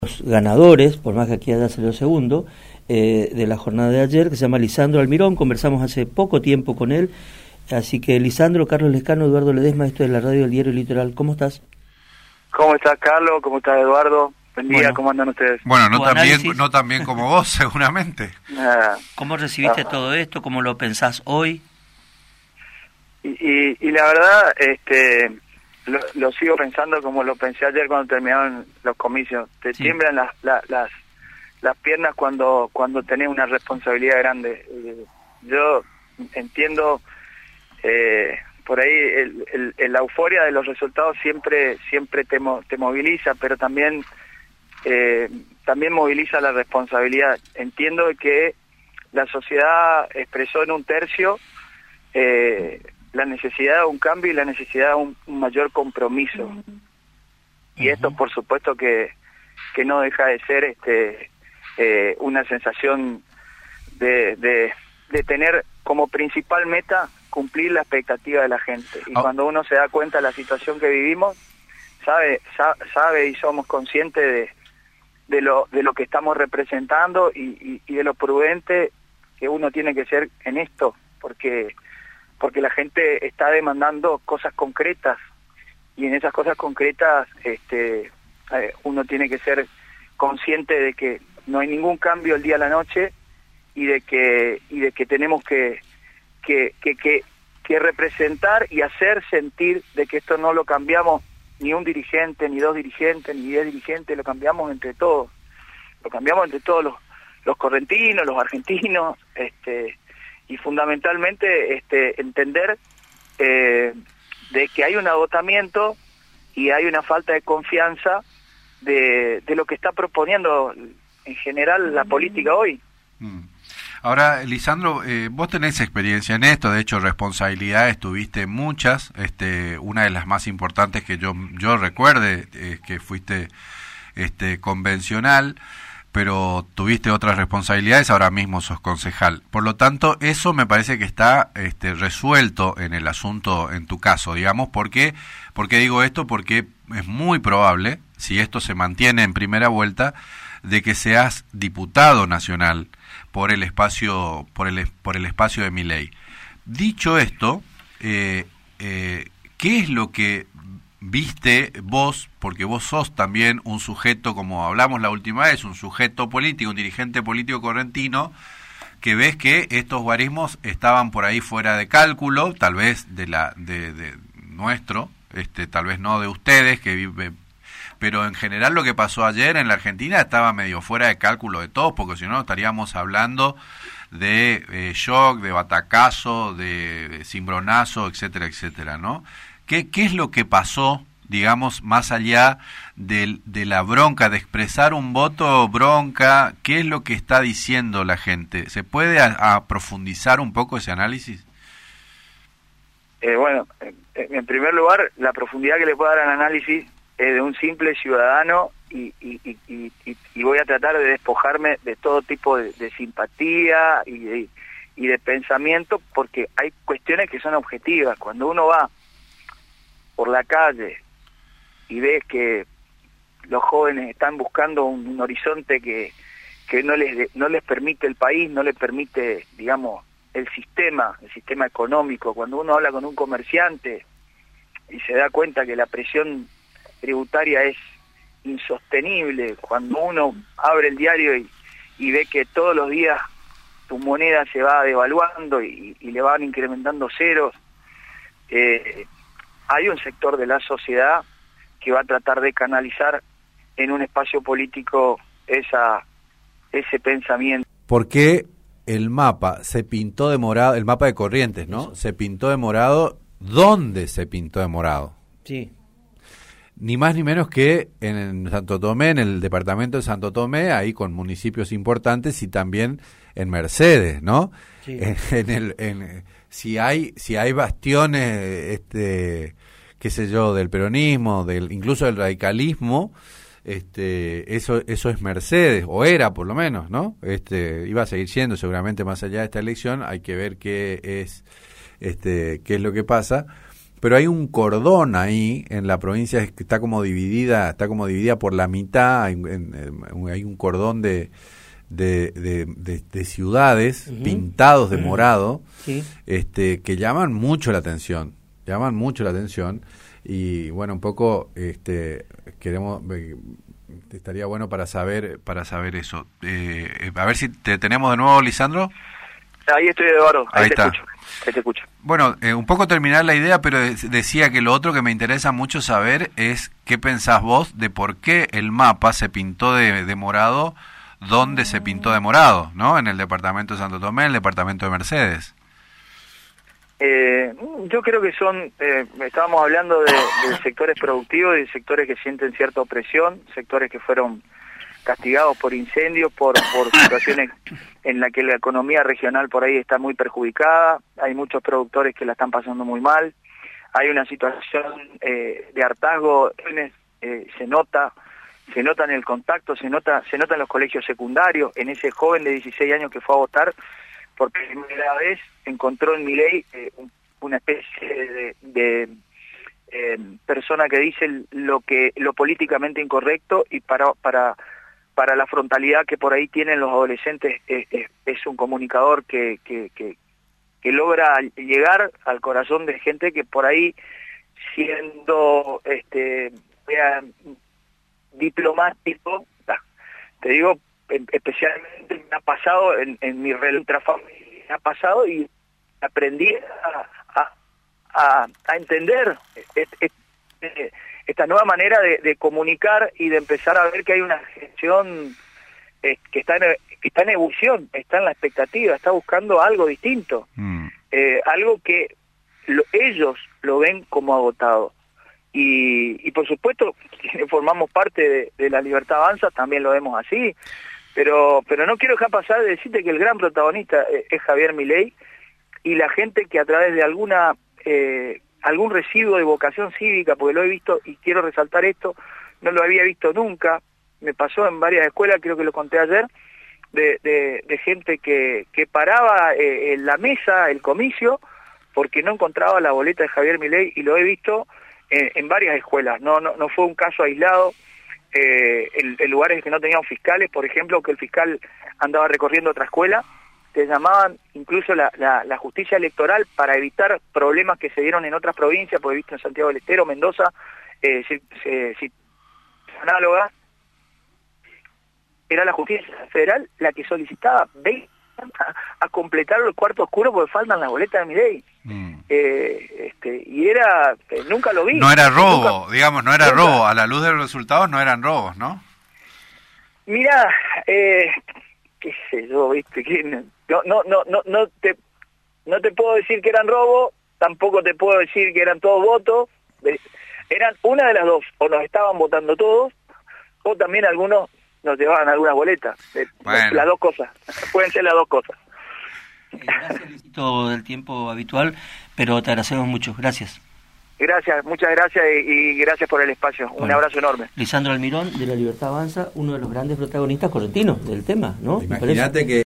Los ganadores, por más que aquí haya salido segundo, de la jornada de ayer, que se llama Lisandro Almirón. Conversamos hace poco tiempo con él. Así que Lisandro, Carlos Lescano, Eduardo Ledesma, esto de la radio del Diario Litoral. ¿Cómo estás? ¿Cómo estás, Carlos? ¿Cómo estás, Eduardo? Buen día, ¿cómo andan ustedes? Bueno, no tan bien como vos, seguramente. ¿Cómo recibiste todo esto? ¿Cómo lo pensás hoy? Y la verdad, lo sigo pensando como lo pensé ayer cuando terminaron los comicios. Te tiemblan las piernas cuando tenés una responsabilidad grande. Yo entiendo, por ahí la euforia de los resultados siempre te moviliza, pero también moviliza la responsabilidad. Entiendo que la sociedad expresó en un tercio la necesidad de un cambio y la necesidad de un mayor compromiso. Y esto, por supuesto, que no deja de ser una sensación de tener como principal meta cumplir la expectativa de la gente. Y cuando uno se da cuenta de la situación que vivimos, sabe y somos conscientes de lo que estamos representando y de lo prudente que uno tiene que ser en esto, porque la gente está demandando cosas concretas, y en esas cosas concretas uno tiene que ser consciente de que no hay ningún cambio el día a la noche, y de que tenemos que representar y hacer sentir de que esto no lo cambiamos ni un dirigente, ni dos dirigentes, ni 10 dirigentes, lo cambiamos entre todos. Lo cambiamos entre todos los correntinos, los argentinos, y fundamentalmente entender de que hay un agotamiento y hay una falta de confianza de lo que está proponiendo en general la política hoy. Ahora, Lisandro, vos tenés experiencia en esto, de hecho responsabilidades tuviste muchas, una de las más importantes que yo recuerde es que fuiste convencional, pero tuviste otras responsabilidades, ahora mismo sos concejal. Por lo tanto, eso me parece que está resuelto en el asunto, en tu caso, digamos. ¿Por qué digo esto? Porque es muy probable, si esto se mantiene en primera vuelta, de que seas diputado nacional por el espacio de Milei. Dicho esto, ¿qué es lo que viste vos, porque vos sos también un sujeto, como hablamos la última vez, un sujeto político, un dirigente político correntino, que ves que estos guarismos estaban por ahí fuera de cálculo, tal vez de nuestro, tal vez no de ustedes, que viven, pero en general lo que pasó ayer en la Argentina estaba medio fuera de cálculo de todos, porque si no estaríamos hablando de shock, de batacazo, de cimbronazo, etcétera, etcétera, ¿no? ¿Qué es lo que pasó, digamos, más allá de la bronca, de expresar un voto bronca? ¿Qué es lo que está diciendo la gente? ¿Se puede profundizar un poco ese análisis? Bueno, en primer lugar, la profundidad que le puedo dar al análisis es de un simple ciudadano, y voy a tratar de despojarme de todo tipo de simpatía y de pensamiento, porque hay cuestiones que son objetivas. Cuando uno va por la calle y ve que los jóvenes están buscando un horizonte que no les permite el país, no les permite, digamos, el sistema económico. Cuando uno habla con un comerciante y se da cuenta que la presión tributaria es insostenible, cuando uno abre el diario y ve que todos los días tu moneda se va devaluando y le van incrementando ceros, hay un sector de la sociedad que va a tratar de canalizar en un espacio político ese pensamiento. ¿Por qué el mapa se pintó de morado, el mapa de Corrientes, ¿no? Se pintó de morado. ¿Dónde se pintó de morado? Sí. Ni más ni menos que en Santo Tomé, en el departamento de Santo Tomé, ahí con municipios importantes, y también en Mercedes, ¿no? Sí. Si hay bastiones, qué sé yo, del peronismo, incluso del radicalismo, eso es Mercedes, o era por lo menos, ¿no? Iba a seguir siendo seguramente más allá de esta elección. Hay que ver qué es lo que pasa. pero hay un cordón ahí en la provincia que está como dividida por la mitad, hay un cordón de ciudades pintados de morado, que llaman mucho la atención, y bueno, un poco queremos, estaría bueno para saber eso. A ver si te tenemos de nuevo, Lisandro. Ahí estoy, Eduardo, ahí te está. Ahí te escucho. Bueno, un poco terminar la idea, pero decía que lo otro que me interesa mucho saber es qué pensás vos de por qué el mapa se pintó de morado, dónde se pintó de morado, ¿no? En el departamento de Santo Tomé, en el departamento de Mercedes. Yo creo que estábamos hablando de sectores productivos y de sectores que sienten cierta opresión, sectores que fueron castigados por incendios, por situaciones en las que la economía regional por ahí está muy perjudicada, hay muchos productores que la están pasando muy mal, hay una situación de hartazgo, se nota en el contacto, se nota en los colegios secundarios, en ese joven de 16 años que fue a votar, por primera vez encontró en Milei una especie de persona que dice lo políticamente incorrecto, y para la frontalidad que por ahí tienen los adolescentes es un comunicador que logra llegar al corazón de gente que por ahí, siendo diplomático, te digo, especialmente me ha pasado en mi intrafamiliar, me ha pasado, y aprendí a entender esta nueva manera de comunicar y de empezar a ver que hay una gestión que está en ebullición, está en la expectativa, está buscando algo distinto, algo que ellos lo ven como agotado. Y por supuesto, quienes formamos parte de La Libertad Avanza también lo vemos así, pero no quiero dejar pasar de decirte que el gran protagonista es Javier Milei, y la gente que a través de algún residuo de vocación cívica, porque lo he visto, y quiero resaltar esto, no lo había visto nunca, me pasó en varias escuelas, creo que lo conté ayer, de gente que paraba en la mesa, el comicio, porque no encontraba la boleta de Javier Milei, y lo he visto en varias escuelas, no fue un caso aislado, en lugares que no tenían fiscales, por ejemplo, que el fiscal andaba recorriendo otra escuela, te llamaban incluso la justicia electoral para evitar problemas que se dieron en otras provincias, porque he visto en Santiago del Estero, Mendoza, análoga, era la justicia federal la que solicitaba a completar los cuartos oscuros porque faltan las boletas de Milei. Y era, nunca lo vi. No era robo, no era robo, a la luz de los resultados no eran robos, ¿no? Mira, qué sé yo, viste, que no te puedo decir que eran robos, tampoco te puedo decir que eran todos votos, eran una de las dos, o nos estaban votando todos, o también algunos nos llevaban algunas boletas, bueno. Las dos cosas, pueden ser las dos cosas. Gracias, Luisito, del tiempo habitual, pero te agradecemos mucho, gracias. Gracias, muchas gracias y gracias por el espacio. Bueno, un abrazo enorme. Lisandro Almirón, de La Libertad Avanza, uno de los grandes protagonistas correntinos del tema, ¿no? Imagínate que